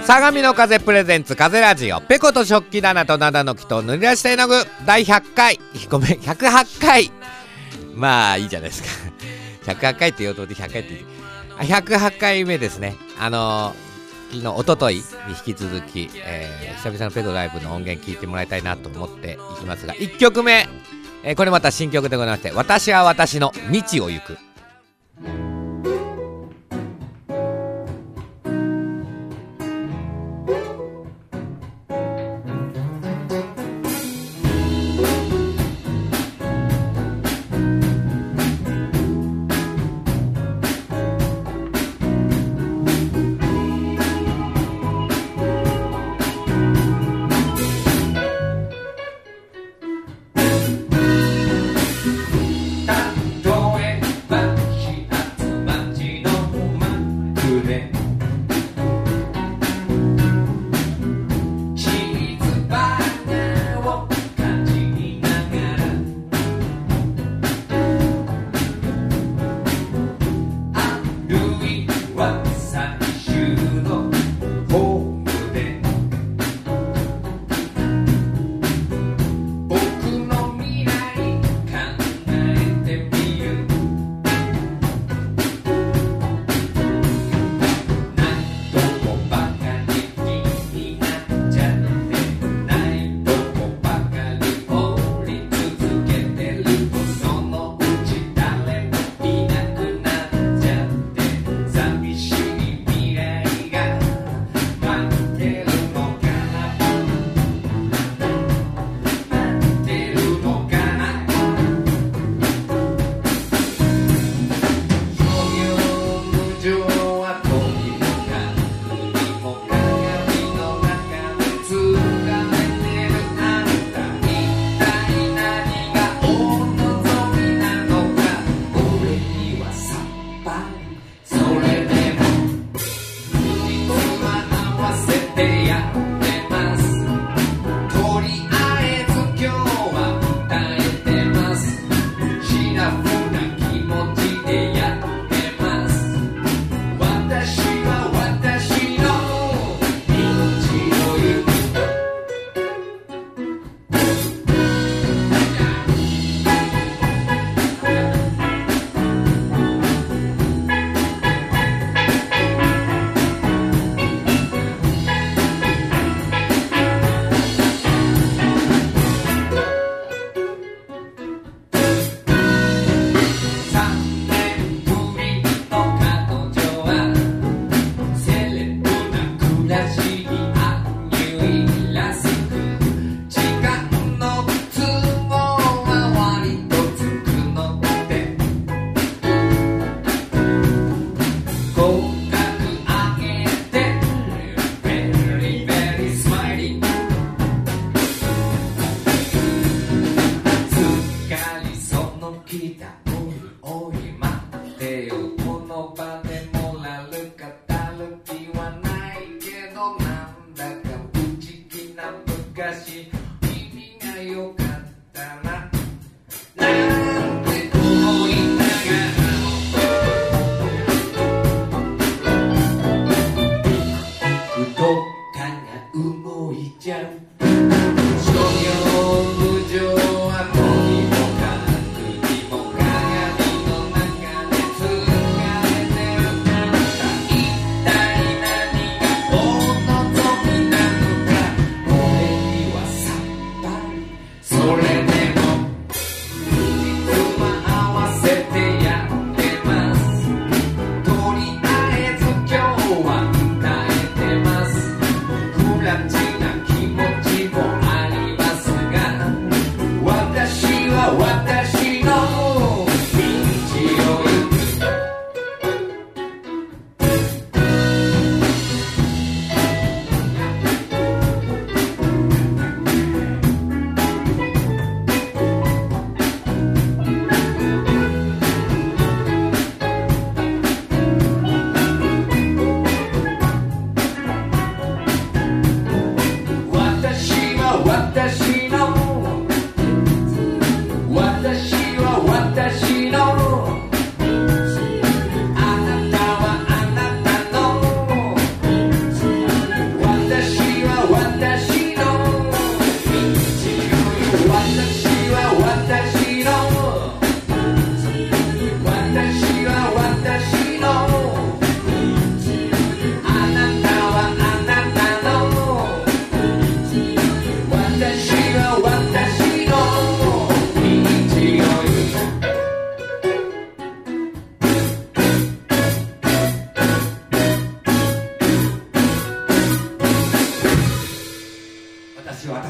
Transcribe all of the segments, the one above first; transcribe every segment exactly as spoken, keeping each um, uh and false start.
相模の風プレゼンツ風ラジオ、ペコと食器棚と灘の木と塗り出した絵の具だいひゃっかい、ごめんひゃくはちかい、まあいいじゃないですかひゃくはちかいって言おうと思ってひゃっかいって言ってひゃくはちかいめですね。あのー、昨日おとといに引き続き、えー、久々のペコライブの音源聞いてもらいたいなと思っていきますが、いっきょくめ、えー、これまた新曲でございまして、私は私の道を行く。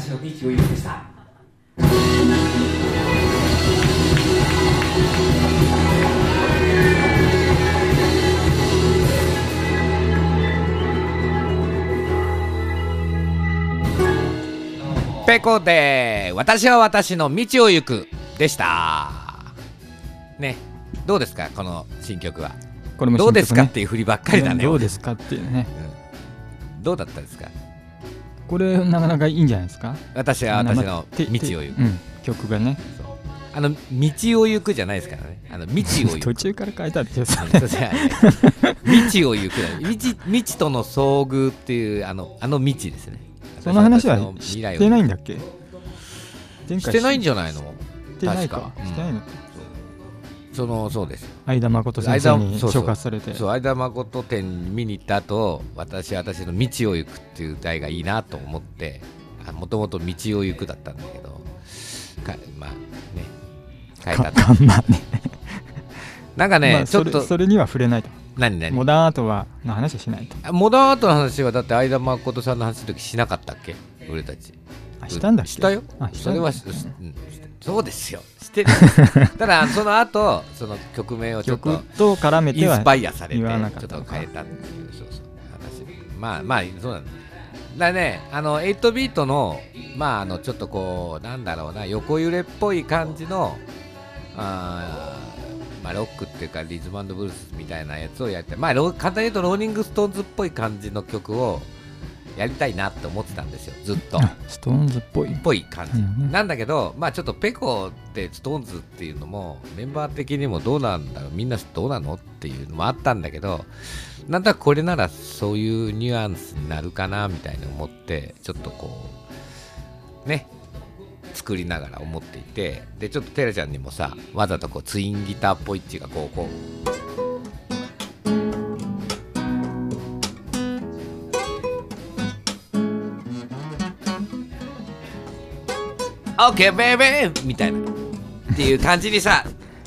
私の道を行きました。ペコで私は私の道を行くでしたね。どうですかこの新曲は。これも新曲ね、どうですかっていう振りばっかりだね。 どうですかっていうね、 うん、どうだったですか。 これなかなかいいんじゃないですか。 私は私の道を行く、 うん、曲がね、 あの道を行くじゃないですからね。あの道を行く途中から変えたんですよ道を行く道、道との遭遇っていうあのあの道ですね。 その話はしてないんだっけ。 してないんじゃないの。 してないか、うん、してないのか。 そのそうです。 相田誠先生に紹介されて、 そうそう、相田誠展見に行った後、私私の道を行くっていう題がいいなと思って、もともと道を行くだったんだけど、かまあね変えたと。まあねなんかね、まあ、ちょっとそ, れそれには触れないと。 何何モダンアートはの話はしないと。 モダンアートの話はだって相田誠さんの話の時しなかったっけ俺たち。 あ、したんだっけ。 したよ。 あ、 それは、うん、そうですよ。してる。ただその後その曲名をちょっと曲と絡めてはインスパイアされてちょっと変えたっていう、そうそう話。まあまあそうなんだ。だね、あのはちビートのまああのちょっとこうなんだろうな、横揺れっぽい感じのあまあロックっていうかリズム&ブルースみたいなやつをやって、まあ簡単に言うとローリングストーンズっぽい感じの曲をやりたいなって思ってたんですよ、ずっと。 ストーンズっぽいっぽい感じ、うんうん、なんだけど、まあちょっとペコってストーンズっていうのもメンバー的にもどうなんだろう、みんなどうなのっていうのもあったんだけど、なんだかこれならそういうニュアンスになるかなみたいに思って、ちょっとこうね作りながら思っていて、でちょっとテラちゃんにもさ、わざとこうツインギターっぽいっていうか、こうこうオッケーベイベーみたいなっていう感じにさ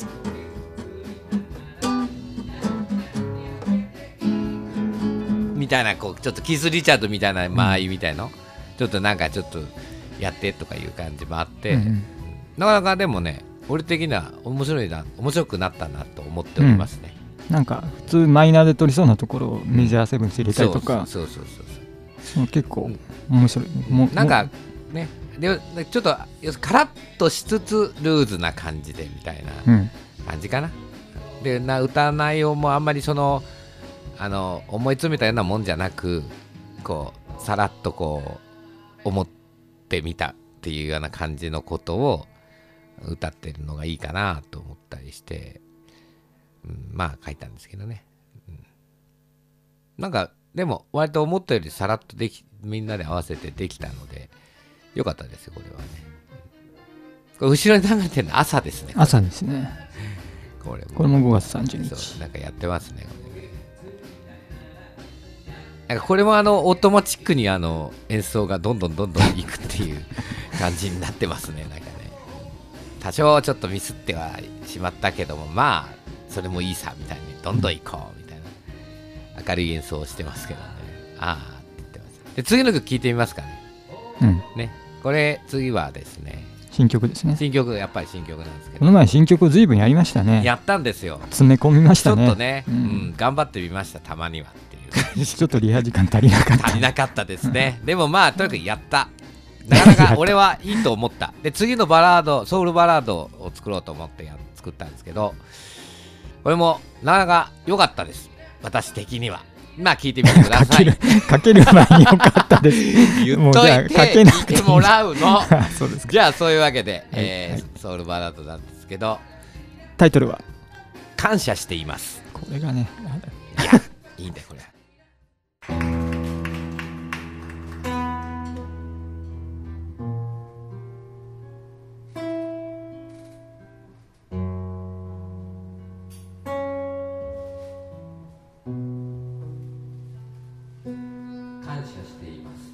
みたいな、こうちょっとキース・リチャードみたいな間合いみたいの、うん、ちょっとなんかちょっとやってとかいう感じもあって、うんうん、なかなかでもね俺的には面白いな、面白くなったなと思っておりますね、 うん、なんか普通マイナーで取りそうなところをメジャーセブンス入れたりとか、 そうそうそうそう、 結構面白い、うん、 なんかねでちょっとカラッとしつつルーズな感じでみたいな感じかな、うん、でな歌内容もあんまりそのあの思い詰めたようなもんじゃなく、こうさらっとこう思ってみたっていうような感じのことを歌ってるのがいいかなと思ったりして、うん、まあ書いたんですけどね、うん、なんかでも割と思ったよりさらっとできみんなで合わせてできたのでよかったですよこれはね。これ後ろに流れてるの朝ですね。 朝ですね。 これも、 これもごがつさんじゅうにち。 そうなんかやってますね。これね、なんかこれもあのオートマチックにあの演奏がどんどんどんどんいくっていう感じになってますね。なんかね、多少ちょっとミスってはしまったけども、まあそれもいいさみたいにどんどんいこうみたいな明るい演奏をしてますけどね。ああって言ってます。で次の曲聴いてみますかね。 うんね、これ次はですね新曲ですね。 新曲、やっぱり新曲なんですけど、 この前新曲を随分やりましたね。 やったんですよ。 詰め込みましたね。 ちょっとね、うんうん、頑張ってみました、たまにはっていう感じ。 ちょっとリハ時間足りなかった足りなかったですねでもまあとにかくやった、なかなか俺はいいと思ったで次のバラード、ソウルバラードを作ろうと思ってや作ったんですけど、これもなかなか良かったです、私的には。まあ聞いてみてください。 かける前に良かったです言っといて聞いてもらうのそうですか。 じゃあそういうわけで、はい、えーはい、ソウルバラードなんですけど、 タイトルは感謝しています。 これがね、 いやいいんだよこれ。感謝しています。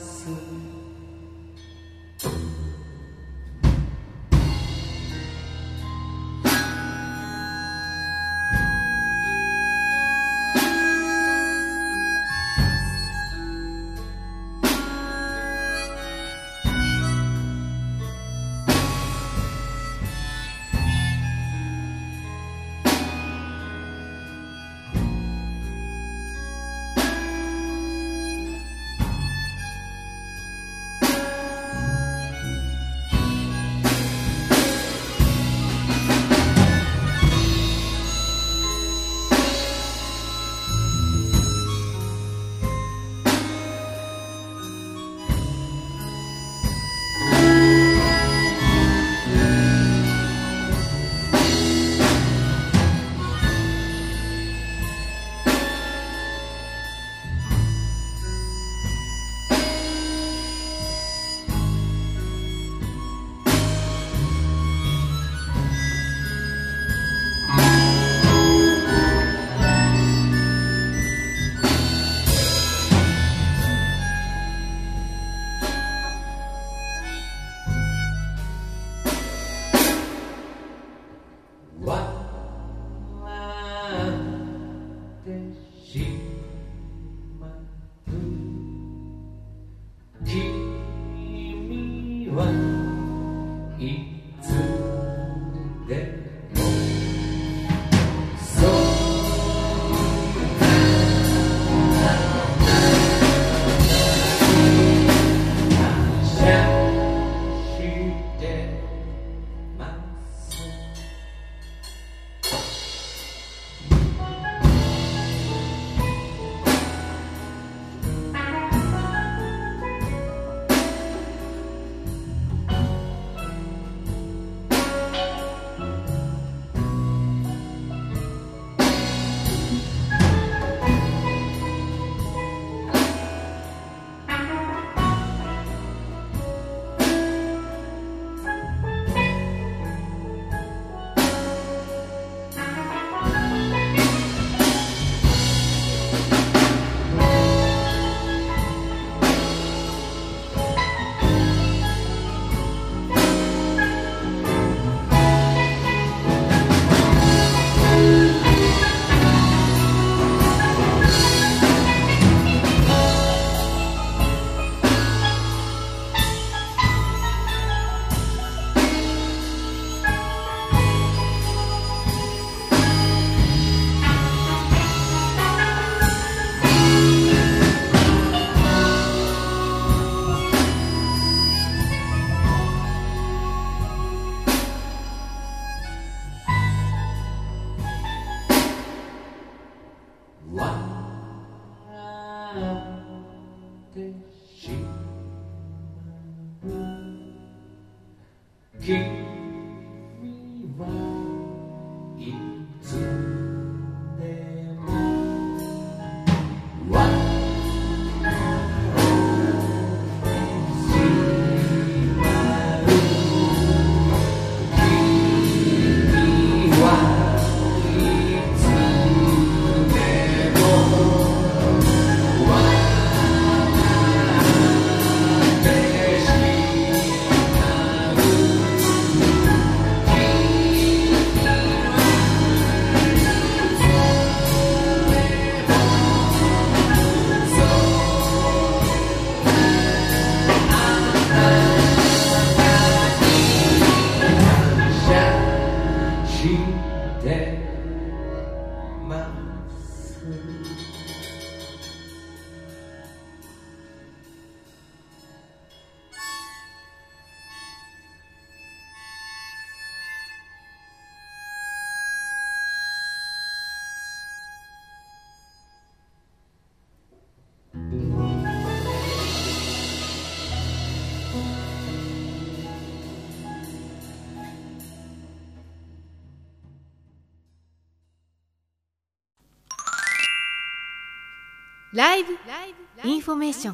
ライブインフォメーション、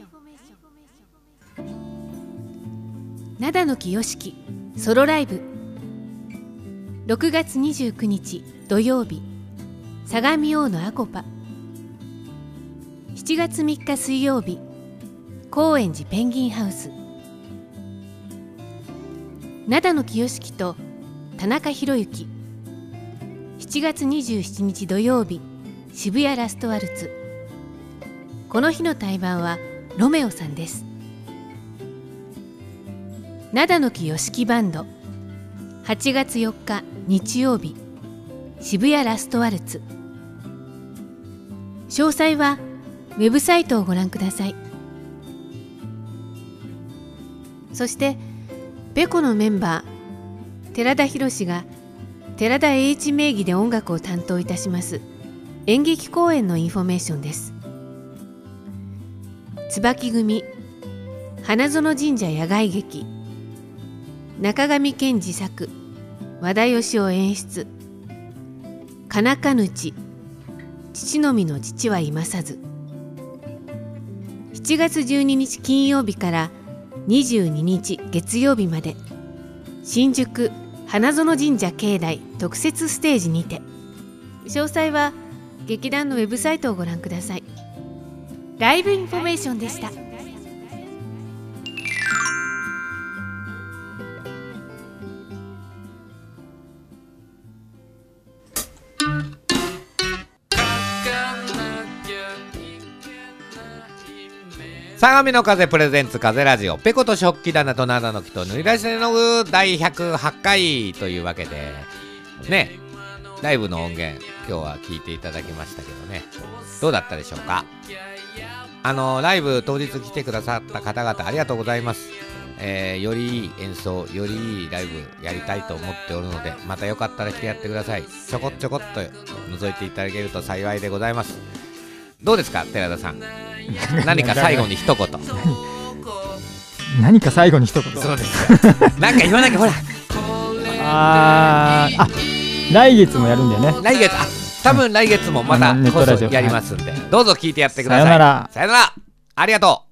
灘の清樹ソロライブ、ろくがつにじゅうくにち土曜日、相模大野アコパ。しちがつみっか水曜日、 高円寺ペンギンハウス、灘野清樹と田中宏之。しちがつにじゅうしちにち土曜日、渋谷ラストワルツ。この日の対バンはロメオさんです。灘野清樹バンド、はちがつよっか日曜日、渋谷ラストワルツ。詳細はウェブサイトをご覧ください。そしてベコのメンバー寺田博が寺田栄一名義で音楽を担当いたします演劇公演のインフォメーションです。椿組花園神社野外劇、中上健自作、和田義雄演出、金かぬち、父のみの父は今さず。しちがつじゅうににち金曜日からにじゅうににち月曜日まで、新宿花園神社境内特設ステージにて。詳細は劇団のウェブサイトをご覧ください。ライブインフォメーションでした。 相模の風プレゼンツ風ラジオ、ペコと食器棚と灘の木と塗り出し絵の具だいひゃくはちかいというわけでね、ライブの音源今日は聞いていただきましたけどね、どうだったでしょうか。あのライブ当日来てくださった方々ありがとうございます。えー、よりいい演奏、よりいいライブやりたいと思っておるので、またよかったら来てやってください。ちょこちょこっと覗いていただけると幸いでございます。どうですか寺田さん、何か最後に一言何か最後に一言そうですよなんか言わなきゃほらあーあ来月もやるんだよね。 来月、あ多分来月もまたネットラジオやりますんで、はい、どうぞ聞いてやってください。 さよなら。 さよなら。ありがとう。